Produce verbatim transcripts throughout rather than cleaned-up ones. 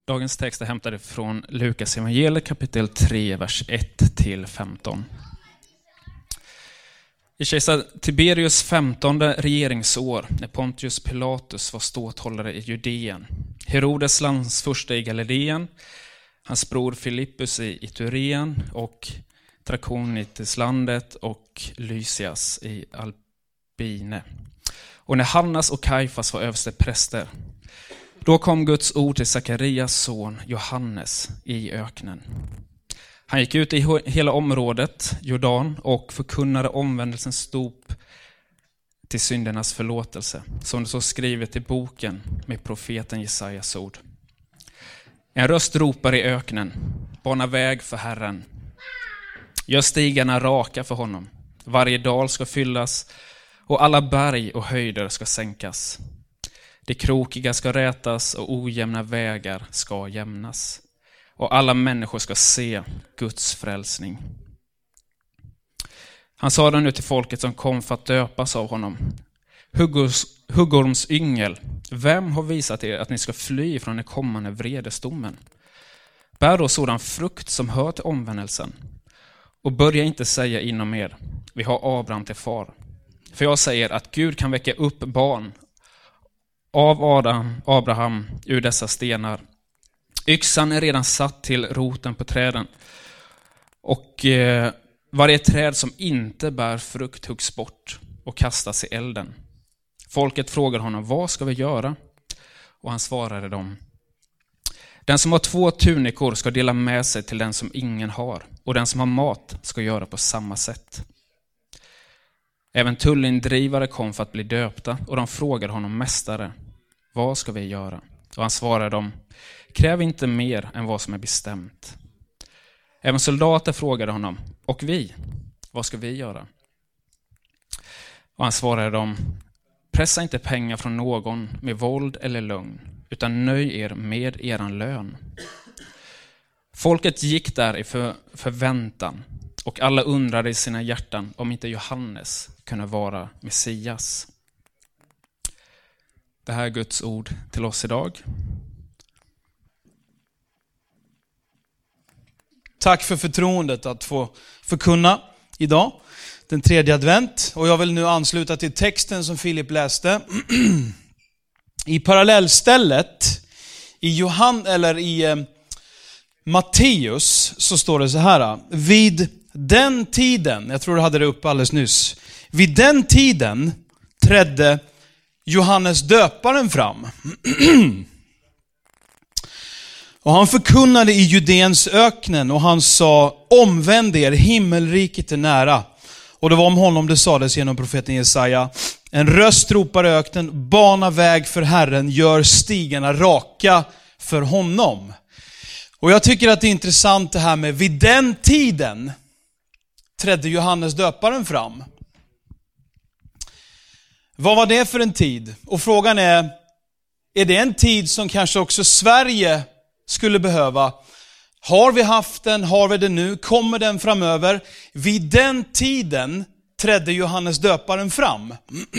Dagens text är hämtad från Lukas evangeliet kapitel tre, vers ett till femton. I kejsar Tiberius femtonde regeringsår, när Pontius Pilatus var ståthållare i Judeen, Herodes landsförste i Galileen, hans bror Filippus i Iturien och Trakonitislandet och Lysias i Albine. Och när Hannas och Kajfas var överste präster, då kom Guds ord till Sakarias son Johannes i öknen. Han gick ut i hela området, Jordan, och förkunnade omvändelsens dop till syndernas förlåtelse, som det så skrivet i boken med profeten Jesajas ord. En röst ropar i öknen, bana väg för Herren. Gör stigarna raka för honom. Varje dal ska fyllas och alla berg och höjder ska sänkas. Det krokiga ska rätas och ojämna vägar ska jämnas. Och alla människor ska se Guds frälsning. Han sa det nu till folket som kom för att döpas av honom. Huggorms yngel, vem har visat er att ni ska fly från den kommande vredesdomen? Bär då sådan frukt som hör till omvändelsen. Och börja inte säga inom er, vi har Abraham till far. För jag säger att Gud kan väcka upp barn av Adam, Abraham ur dessa stenar. Yxan är redan satt till roten på träden. Och eh, varje träd som inte bär frukt huggs bort och kastas i elden. Folket frågar honom, vad ska vi göra? Och han svarade dem, den som har två tunikor ska dela med sig till den som ingen har. Och den som har mat ska göra på samma sätt. Även tullindrivare kom för att bli döpta och de frågade honom, mästare, vad ska vi göra? Och han svarade dem, kräv inte mer än vad som är bestämt. Även soldater frågade honom, och vi, vad ska vi göra? Och han svarade dem, pressa inte pengar från någon med våld eller lögn, utan nöj er med eran lön. Folket gick där i för, förväntan, och alla undrade i sina hjärtan om inte Johannes kunde vara Messias. Det här är Guds ord till oss idag. Tack för förtroendet att få förkunna idag, den tredje advent. Och jag vill nu ansluta till texten som Filip läste. I parallellstället i Johan eller i eh, Matteus så står det så här: vid den tiden, jag tror du hade det upp alldeles nyss. Vid den tiden trädde Johannes döparen fram. Och han förkunnade i Judeens öknen och han sa, omvänd er, himmelriket är nära. Och det var om honom det sades genom profeten Jesaja. En röst ropar i öknen, bana väg för Herren, gör stigarna raka för honom. Och jag tycker att det är intressant det här med vid den tiden trädde Johannes döparen fram. Vad var det för en tid? Och frågan är, är det en tid som kanske också Sverige skulle behöva? Har vi haft den? Har vi den nu? Kommer den framöver? Vid den tiden trädde Johannes döparen fram.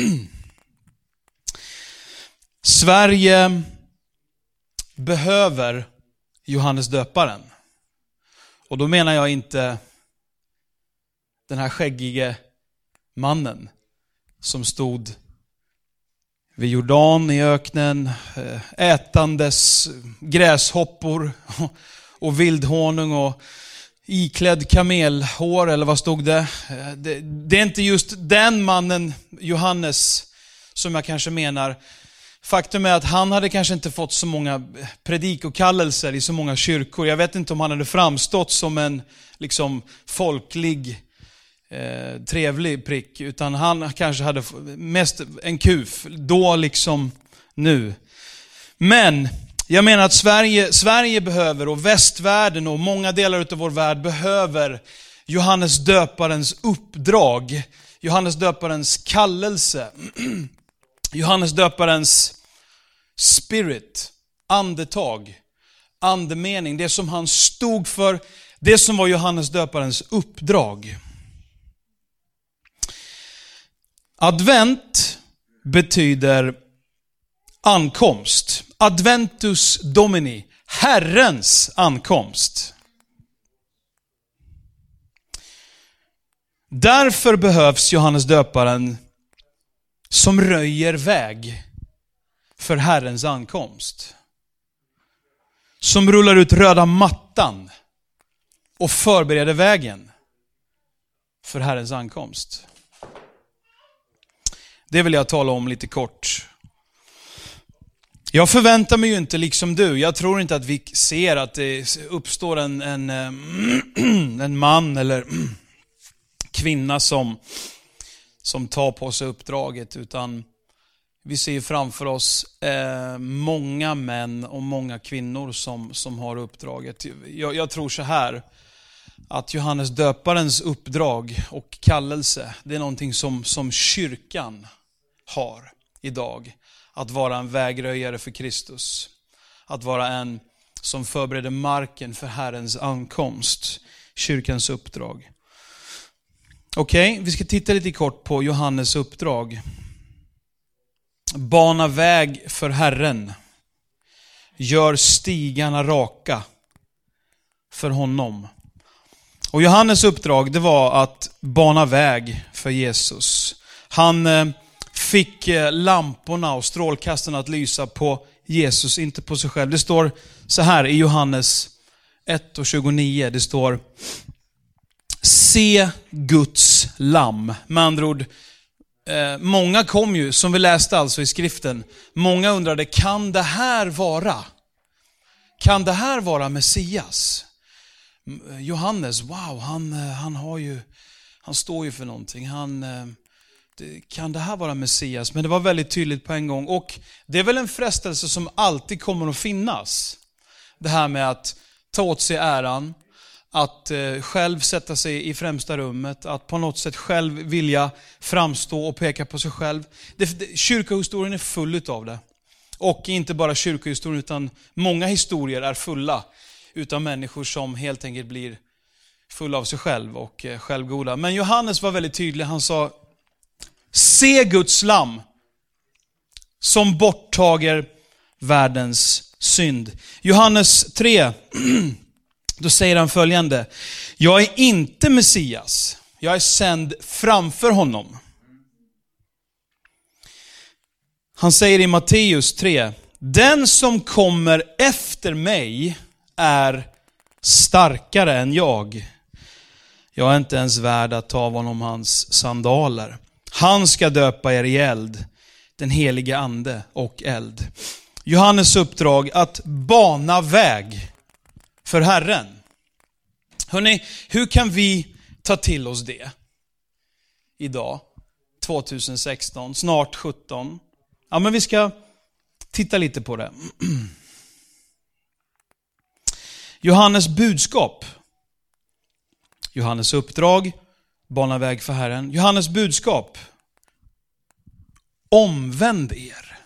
Sverige behöver Johannes döparen. Och då menar jag inte den här skäggige mannen som stod vid Jordan i öknen, ätandes gräshoppor och vildhonung och iklädd kamelhår, eller vad stod det? det? Det är inte just den mannen, Johannes, som jag kanske menar. Faktum är att han hade kanske inte fått så många predikokallelser i så många kyrkor. Jag vet inte om han hade framstått som en liksom folklig, eh, trevlig prick, utan han kanske hade mest en kuf, då liksom nu. Men jag menar att Sverige, Sverige behöver, och västvärlden och många delar av vår värld behöver Johannes döparens uppdrag, Johannes döparens kallelse, Johannes döparens spirit, andetag, andemening, det som han stod för, det som var Johannes döparens uppdrag. Advent betyder ankomst. Adventus Domini, Herrens ankomst. Därför behövs Johannes döparen som röjer väg för Herrens ankomst. Som rullar ut röda mattan och förbereder vägen för Herrens ankomst. Det vill jag tala om lite kort. Jag förväntar mig ju inte liksom du. Jag tror inte att vi ser att det uppstår en, en, en man eller kvinna som, som tar på sig uppdraget. Utan vi ser framför oss eh, många män och många kvinnor som, som har uppdraget. Jag, jag tror så här. Att Johannes döparens uppdrag och kallelse, det är någonting som, som kyrkan har idag. Att vara en vägröjare för Kristus. Att vara en som förbereder marken för Herrens ankomst. Kyrkans uppdrag. Okej, okay, vi ska titta lite kort på Johannes uppdrag. Bana väg för Herren. Gör stigarna raka för honom. Och Johannes uppdrag, det var att bana väg för Jesus. Han eh, fick eh, lamporna och strålkastarna att lysa på Jesus, inte på sig själv. Det står så här i Johannes ett och tjugonio. Det står: se Guds lamm. Med andra ord, eh, många kom ju, som vi läste alltså i skriften. Många undrade, kan det här vara? Kan det här vara Messias? Johannes, wow, han, han har ju, han står ju för någonting. Han, kan det här vara Messias? Men det var väldigt tydligt på en gång. Och det är väl en frestelse som alltid kommer att finnas. Det här med att ta åt sig äran, att själv sätta sig i främsta rummet, att på något sätt själv vilja framstå och peka på sig själv. Det, det, kyrkohistorien är full av det. Och inte bara kyrkohistorien, utan många historier är fulla utan människor som helt enkelt blir fulla av sig själv och självgoda. Men Johannes var väldigt tydlig. Han sa: se Guds lamm som borttager världens synd. Johannes tre, då säger han följande: jag är inte Messias, jag är sänd framför honom. Han säger i Matteus tre: den som kommer efter mig är starkare än jag. Jag är inte ens värd att ta av honom hans sandaler. Han ska döpa er i eld, den helige ande och eld. Johannes uppdrag att bana väg för Herren. Hörrni, hur kan vi ta till oss det idag, tjugohundrasexton, snart sjutton? Ja, men vi ska titta lite på det. Johannes budskap. Johannes uppdrag, bana väg för Herren. Johannes budskap: omvänd er.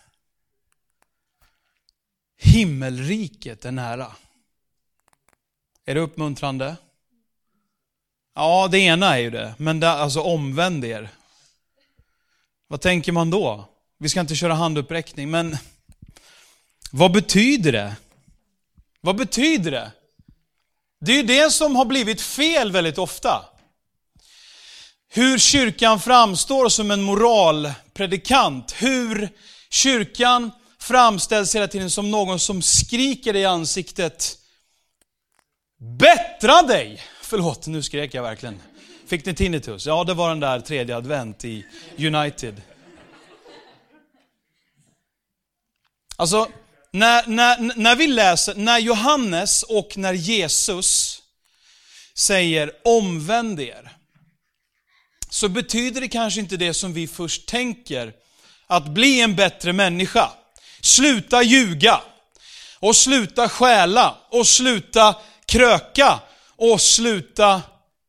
Himmelriket är nära. Är det uppmuntrande? Ja, det ena är ju det. Men det, alltså omvänd er. Vad tänker man då? Vi ska inte köra handuppräckning, men vad betyder det? Vad betyder det? Det är ju det som har blivit fel väldigt ofta. Hur kyrkan framstår som en moralpredikant. Hur kyrkan framställs hela tiden som någon som skriker i ansiktet: bättra dig! Förlåt, nu skrek jag verkligen. Fick ni tinnitus? Ja, det var den där tredje advent i United. Alltså, när, när, när vi läser, när Johannes och när Jesus säger omvänd er, så betyder det kanske inte det som vi först tänker, att bli en bättre människa. Sluta ljuga och sluta stjäla och sluta kröka och sluta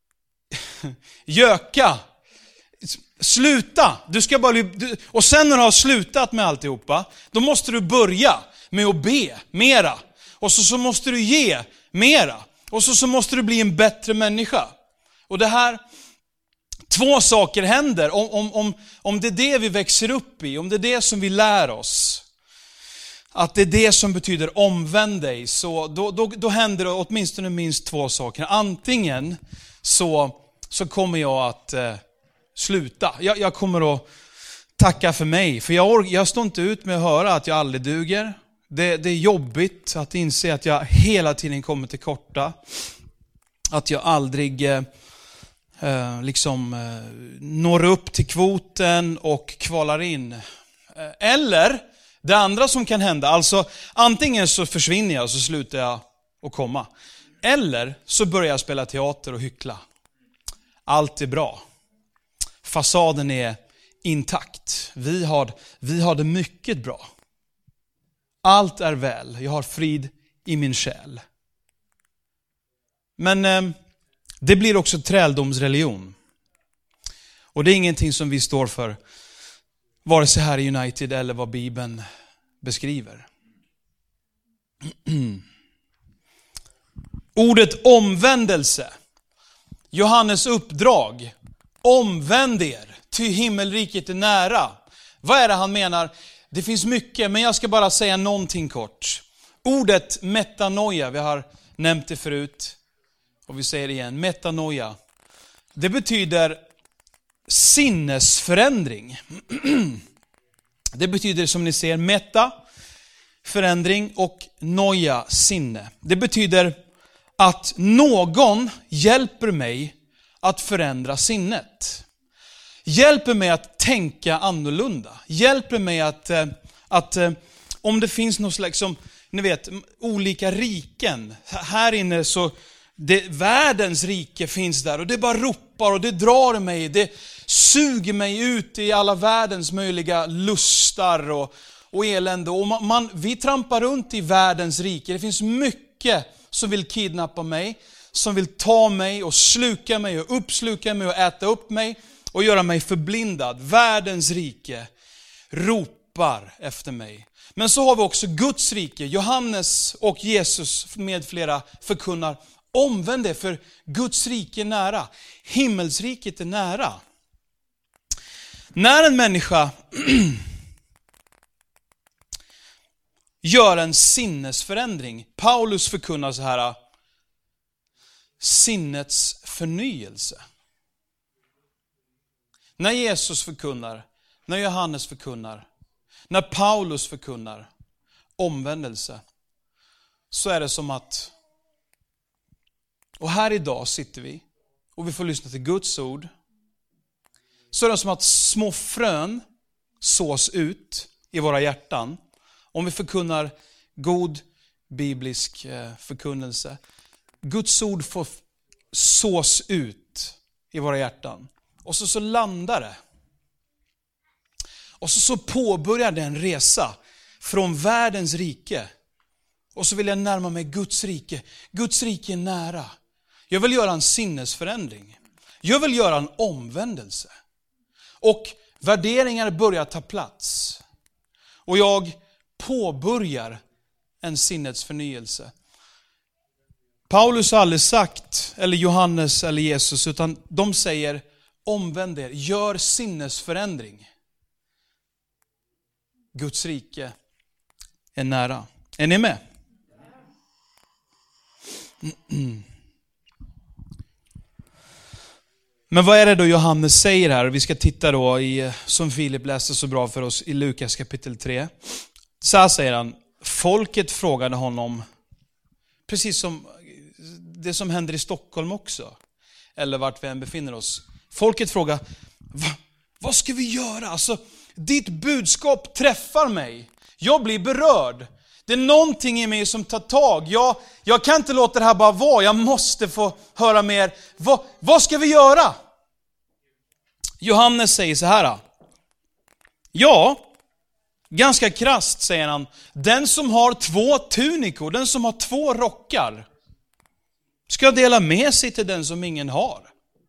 göka. Sluta. Du ska bara, du, och sen när du har slutat med alltihopa, då måste du börja med att be mera. Och så, så måste du ge mera. Och så, så måste du bli en bättre människa. Och det här, två saker händer. Om, om, om, om det är det vi växer upp i, om det är det som vi lär oss. att det är det som betyder omvänd dig, så då, då, då händer det åtminstone minst två saker. Antingen så, så kommer jag att eh, sluta. Jag, jag kommer att tacka för mig. För jag, jag står inte ut med att höra att jag aldrig duger. Det, det är jobbigt att inse att jag hela tiden kommer till korta. Att jag aldrig eh, liksom eh, når upp till kvoten och kvalar in. Eh, eller det andra som kan hända, alltså antingen så försvinner jag och så slutar jag att komma. Eller så börjar jag spela teater och hyckla. Allt är bra. Fasaden är intakt. Vi har, vi har det mycket bra. Allt är väl. Jag har frid i min själ. Men eh, det blir också träldomsreligion. Och det är ingenting som vi står för, vare sig här i United eller vad Bibeln beskriver. Ordet omvändelse. Johannes uppdrag. Omvänd er, ty himmelriket är nära. Vad är det han menar? Det finns mycket, men jag ska bara säga någonting kort. Ordet metanoia, vi har nämnt det förut. Och vi säger det igen, metanoia. Det betyder sinnesförändring. Det betyder, som ni ser, meta, förändring, och noia, sinne. Det betyder att någon hjälper mig att förändra sinnet. Hjälper mig att tänka annorlunda. Hjälper mig att, att om det finns något slags, som, ni vet, olika riken. Här inne så, det, världens rike finns där och det bara ropar och det drar mig. Det suger mig ut i alla världens möjliga lustar och, och elände. Och man, man, vi trampar runt i världens rike. Det finns mycket som vill kidnappa mig. Som vill ta mig och sluka mig och uppsluka mig och äta upp mig. Och göra mig förblindad. Världens rike ropar efter mig. Men så har vi också Guds rike. Johannes och Jesus med flera förkunnar: omvänd er, för Guds rike är nära. Himmelsriket är nära. När en människa gör en sinnesförändring. Paulus förkunnar så här: sinnets förnyelse. När Jesus förkunnar, när Johannes förkunnar, när Paulus förkunnar omvändelse, så är det som att, och här idag sitter vi och vi får lyssna till Guds ord, så är det som att små frön sås ut i våra hjärtan. Om vi förkunnar god biblisk förkunnelse, Guds ord får sås ut i våra hjärtan. Och så, så landar det. Och så, så påbörjar den resa från världens rike. Och så vill jag närma mig Guds rike. Guds rike är nära. Jag vill göra en sinnesförändring. Jag vill göra en omvändelse. Och värderingar börjar ta plats. Och jag påbörjar en sinnets förnyelse. Paulus har aldrig sagt, eller Johannes eller Jesus, utan de säger: omvänd er, gör sinnesförändring. Guds rike är nära. Är ni med? Mm. Men vad är det då Johannes säger här? Vi ska titta då i, som Filip läste så bra för oss, i Lukas kapitel tre. Så här säger han: folket frågade honom, precis som det som händer i Stockholm också, eller vart vi än befinner oss. Folket frågar: Va, vad ska vi göra? Alltså, ditt budskap träffar mig. Jag blir berörd. Det är någonting i mig som tar tag. Jag, jag kan inte låta det här bara vara. Jag måste få höra mer. Va, vad ska vi göra? Johannes säger så här: ja, ganska krasst säger han. Den som har två tunikor, den som har två rockar, ska dela med sig till den som ingen har.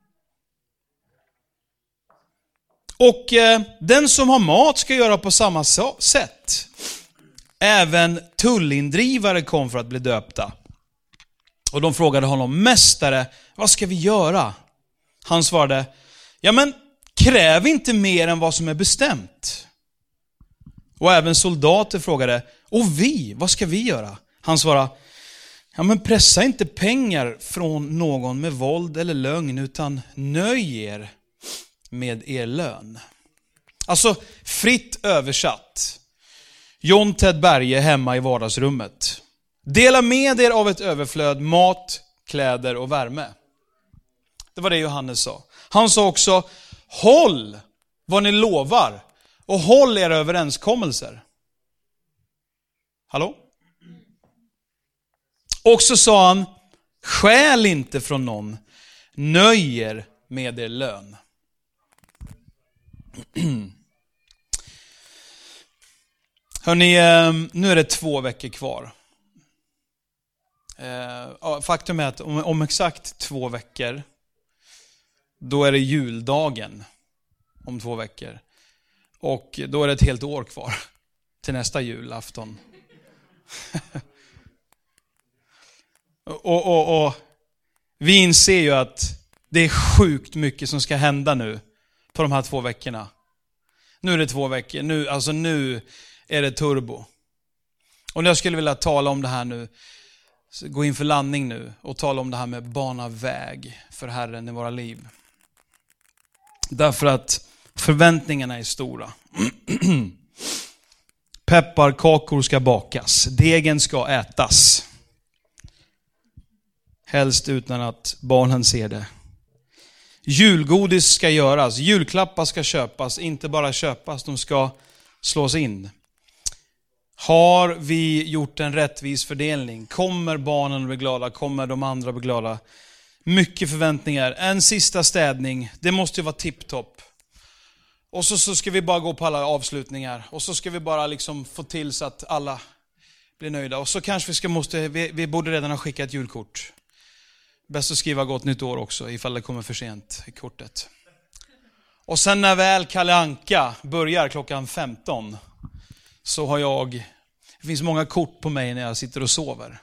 Och eh, den som har mat ska göra på samma sätt. Även tullindrivare kom för att bli döpta. Och de frågade honom: mästare, vad ska vi göra? Han svarade: ja men kräv inte mer än vad som är bestämt. Och även soldater frågade, och vi, vad ska vi göra? Han svarade, ja men pressa inte pengar från någon med våld eller lögn, utan nöj er med er lön. Alltså fritt översatt. John Ted Berge hemma i vardagsrummet. Dela med er av ett överflöd, mat, kläder och värme. Det var det Johannes sa. Han sa också, håll vad ni lovar och håll era överenskommelser. Hallå? Och så sa han, stjäl inte från någon, nöj er med er lön. Hörrni, nu är det två veckor kvar. Faktum är att om, om exakt två veckor, då är det juldagen om två veckor. Och då är det ett helt år kvar till nästa julafton. och, och, och vi inser ju att det är sjukt mycket som ska hända nu på de här två veckorna. Nu är det två veckor, nu, alltså nu är det turbo. Och jag skulle vilja tala om det här nu, gå in för landning nu och tala om det här med bana väg för Herren i våra liv. Därför att förväntningarna är stora. Pepparkakor ska bakas, degen ska ätas. Helst utan att barnen ser det. Julgodis ska göras, julklappar ska köpas, inte bara köpas, de ska slås in. Har vi gjort en rättvis fördelning? Kommer barnen att bli glada? Kommer de andra att bli glada? Mycket förväntningar. En sista städning, det måste ju vara tipptopp. Och så, så ska vi bara gå på alla avslutningar. Och så ska vi bara liksom få till så att alla blir nöjda. Och så kanske vi ska måste, vi, vi borde redan ha skickat julkort. Bäst att skriva gott nytt år också, ifall det kommer för sent i kortet. Och sen när väl Kalle Anka börjar klockan femton, så har jag, det finns många kort på mig när jag sitter och sover.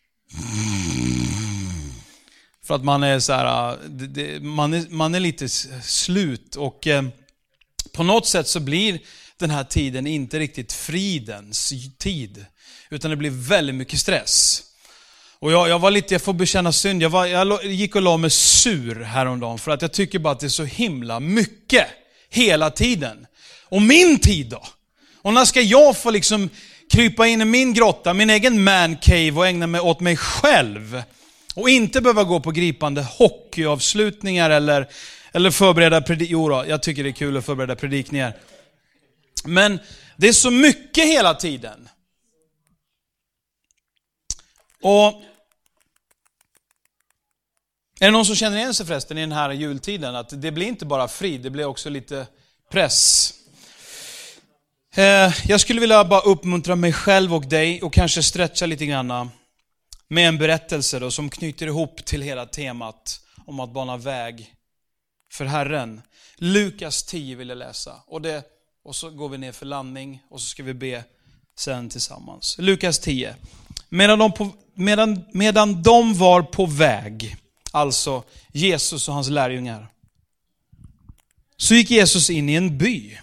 För att man är så här, det, det, man, är, man är lite slut och eh, på något sätt så blir den här tiden inte riktigt fridens tid, utan det blir väldigt mycket stress. Och jag, jag var lite, jag får bekänna synd, jag, var, jag gick och la mig sur häromdagen för att jag tycker bara att det är så himla mycket hela tiden. Och min tid då? Och när ska jag få liksom krypa in i min grotta, min egen man cave och ägna mig åt mig själv? Och inte behöva gå på gripande hockeyavslutningar eller, eller förbereda predik... Jo då, jag tycker det är kul att förbereda predikningar. Men det är så mycket hela tiden. Och är det någon som känner igen sig förresten i den här jultiden? Att det blir inte bara frid, det blir också lite press. Jag skulle vilja bara uppmuntra mig själv och dig och kanske stretcha lite grann med en berättelse då, som knyter ihop till hela temat om att bana väg för Herren. Lukas tio vill jag läsa. Och, det, och så går vi ner för landning och så ska vi be sen tillsammans. Lukas tio. Medan de, på, medan, medan de var på väg, alltså Jesus och hans lärjungar, så gick Jesus in i en by.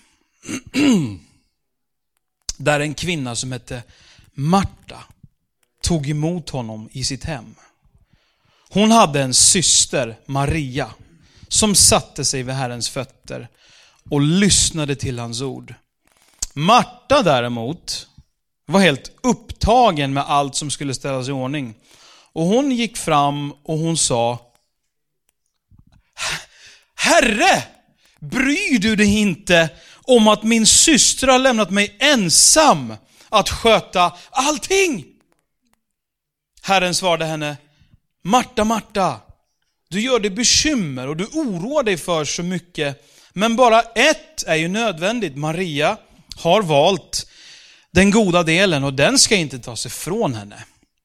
Där en kvinna som hette Marta tog emot honom i sitt hem. Hon hade en syster, Maria, som satte sig vid Herrens fötter och lyssnade till hans ord. Marta däremot var helt upptagen med allt som skulle ställas i ordning. Och hon gick fram och hon sa: Herre, bryr du dig inte om att min syster har lämnat mig ensam att sköta allting? Herren svarade henne: Marta, Marta, du gör dig bekymmer och du oroar dig för så mycket. Men bara ett är ju nödvändigt. Maria har valt den goda delen och den ska inte tas ifrån henne.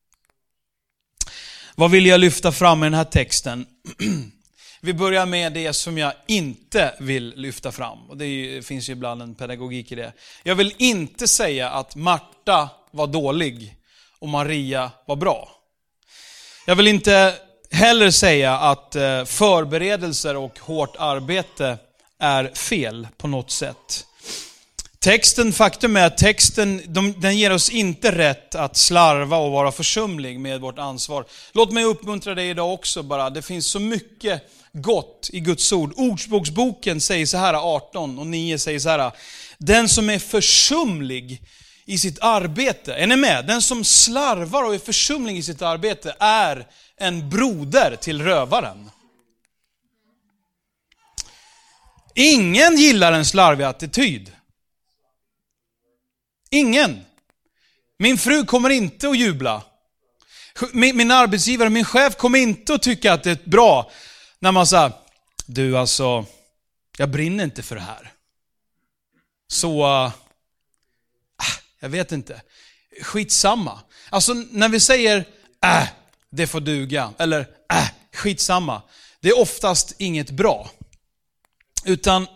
Vad vill jag lyfta fram i den här texten? Vi börjar med det som jag inte vill lyfta fram. Och det, är, det finns ju ibland en pedagogik i det. Jag vill inte säga att Marta var dålig och Maria var bra. Jag vill inte heller säga att förberedelser och hårt arbete är fel på något sätt. Texten, faktum är att texten, de, den ger oss inte rätt att slarva och vara försumlig med vårt ansvar. Låt mig uppmuntra dig idag också bara. Det finns så mycket gott i Guds ord. Ordspråksboken säger så här, arton och nio säger så här. Den som är försumlig i sitt arbete, är ni med? Den som slarvar och är försumlig i sitt arbete är en broder till rövaren. Ingen gillar en slarvig attityd. Ingen. Min fru kommer inte att jubla. Min, min arbetsgivare, min chef kommer inte att tycka att det är bra när man säger, du alltså, jag brinner inte för det här. Så, uh, jag vet inte. Skitsamma. Alltså när vi säger, äh, det får duga. Eller, äh, skitsamma. Det är oftast inget bra. Utan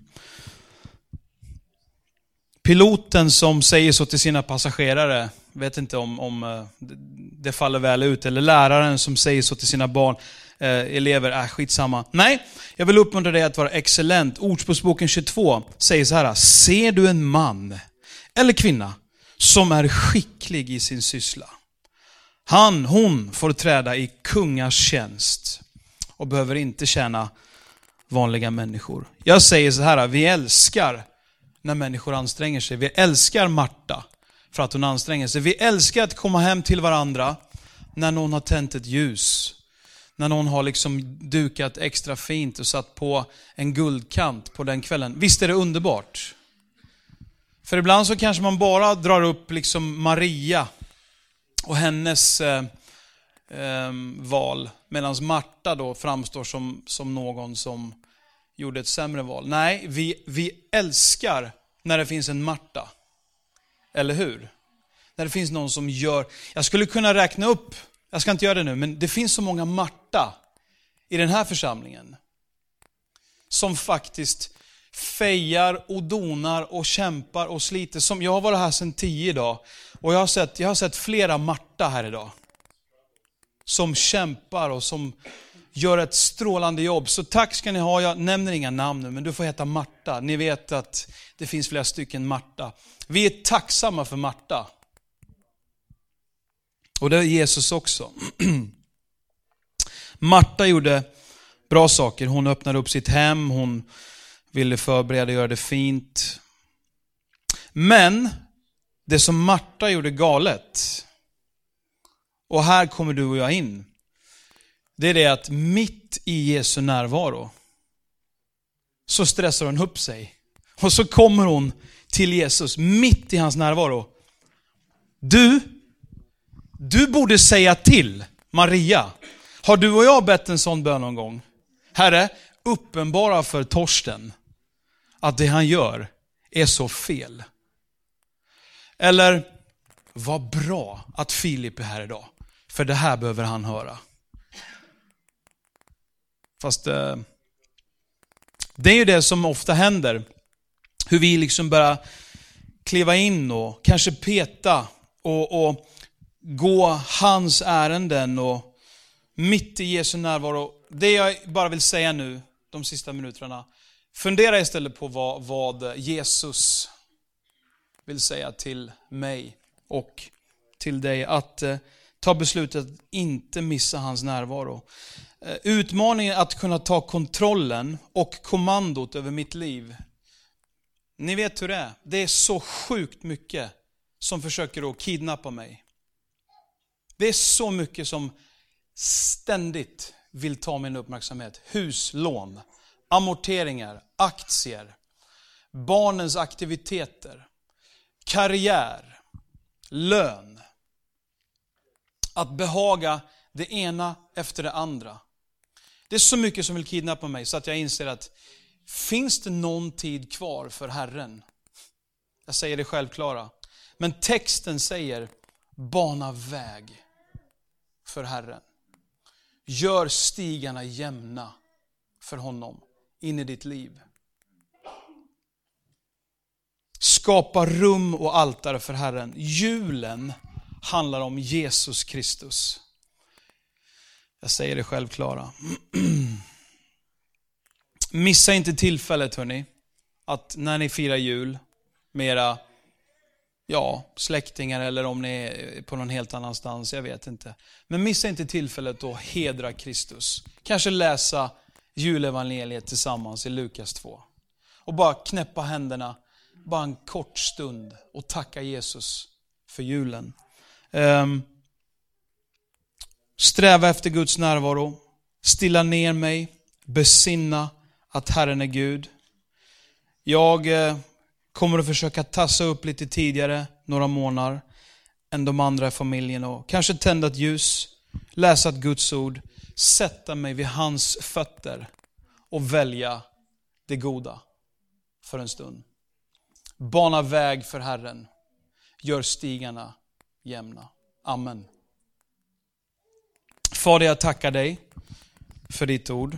piloten som säger så till sina passagerare, vet inte om, om det faller väl ut. Eller läraren som säger så till sina barn, eh, elever, är äh, skitsamma. Nej, jag vill uppmuntra dig att vara excellent. Ordspråksboken tjugotvå säger så här. Ser du en man eller kvinna som är skicklig i sin syssla? Han, hon får träda i kungars tjänst och behöver inte tjäna vanliga människor. Jag säger så här, vi älskar när människor anstränger sig. Vi älskar Marta för att hon anstränger sig. Vi älskar att komma hem till varandra när någon har tänt ett ljus. När någon har liksom dukat extra fint och satt på en guldkant på den kvällen. Visst är det underbart? För ibland så kanske man bara drar upp liksom Maria och hennes eh, eh, val. Medan Marta då framstår som, som någon som gjorde ett sämre val. Nej, vi, vi älskar när det finns en Marta. Eller hur? När det finns någon som gör... Jag skulle kunna räkna upp, jag ska inte göra det nu, men det finns så många Marta i den här församlingen. Som faktiskt fejar och donar och kämpar och sliter. Som, jag har varit här sedan tio idag. Och jag har sett, jag har sett flera Marta här idag. Som kämpar och som gör ett strålande jobb. Så tack ska ni ha. Jag nämner inga namn nu, men du får heta Marta. Ni vet att det finns flera stycken Marta. Vi är tacksamma för Marta. Och det är Jesus också. Marta gjorde bra saker. Hon öppnade upp sitt hem. Hon ville förbereda och göra det fint. Men det som Marta gjorde galet, och här kommer du och jag in, det är det att mitt i Jesu närvaro så stressar hon upp sig. Och så kommer hon till Jesus mitt i hans närvaro. Du, du borde säga till Maria. Har du och jag bett en sån bön någon gång? Herre, uppenbara för Torsten att det han gör är så fel. Eller, vad bra att Filip är här idag. För det här behöver han höra. Fast eh, det är ju det som ofta händer. Hur vi liksom börjar kliva in och kanske peta och, och gå hans ärenden och mitt i Jesu närvaro. Det jag bara vill säga nu, de sista minuterna. Fundera istället på vad, vad Jesus vill säga till mig och till dig. Att eh, ta beslutet att inte missa hans närvaro. Eh, utmaningen att kunna ta kontrollen och kommandot över mitt liv. Ni vet hur det är. Det är så sjukt mycket som försöker att kidnappa mig. Det är så mycket som ständigt vill ta min uppmärksamhet. Huslån, amorteringar, aktier, barnens aktiviteter, karriär, lön. Att behaga det ena efter det andra. Det är så mycket som vill kidnappa mig så att jag inser att finns det någon tid kvar för Herren? Jag säger det självklara. Men texten säger bana väg för Herren. Gör stigarna jämna för honom in i ditt liv. Skapa rum och altare för Herren. Julen handlar om Jesus Kristus. Jag säger det självklara. Missa inte tillfället, hörni, att när ni firar jul, med era ja, släktingar eller om ni är på någon helt annanstans, jag vet inte. Men missa inte tillfället att hedra Kristus. Kanske läsa julevangeliet tillsammans i Lukas två. Och bara knäppa händerna, bara en kort stund och tacka Jesus för julen. Um, sträva efter Guds närvaro, stilla ner mig, besinna att Herren är Gud. Jag eh, kommer att försöka tassa upp lite tidigare, några månader, än de andra i familjen. Och kanske tända ett ljus, läsa ett Guds ord, sätta mig vid hans fötter och välja det goda för en stund. Bana väg för Herren, gör stigarna jämna. Amen. Fader, jag tackar dig för ditt ord.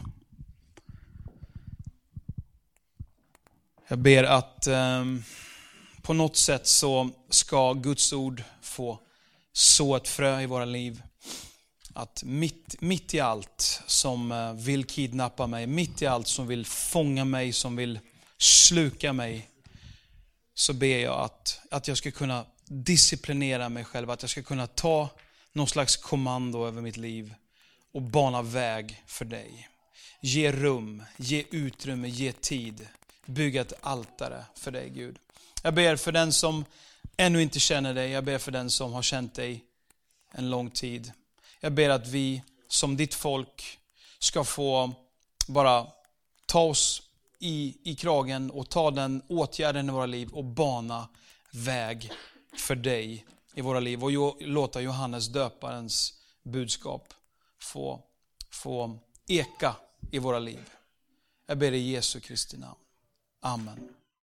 Jag ber att eh, på något sätt så ska Guds ord få så ett frö i våra liv. Att mitt, mitt i allt som eh, vill kidnappa mig, mitt i allt som vill fånga mig, som vill sluka mig, så ber jag att, att jag ska kunna disciplinera mig själv, att jag ska kunna ta någon slags kommando över mitt liv och bana väg för dig. Ge rum, ge utrymme, ge tid. Bygga ett altare för dig, Gud. Jag ber för den som ännu inte känner dig. Jag ber för den som har känt dig en lång tid. Jag ber att vi som ditt folk ska få bara ta oss i, i kragen och ta den åtgärden i våra liv och bana väg för dig i våra liv. Och jo, låta Johannes döparens budskap få, få eka i våra liv. Jag ber i Jesu Kristi namn. Amen.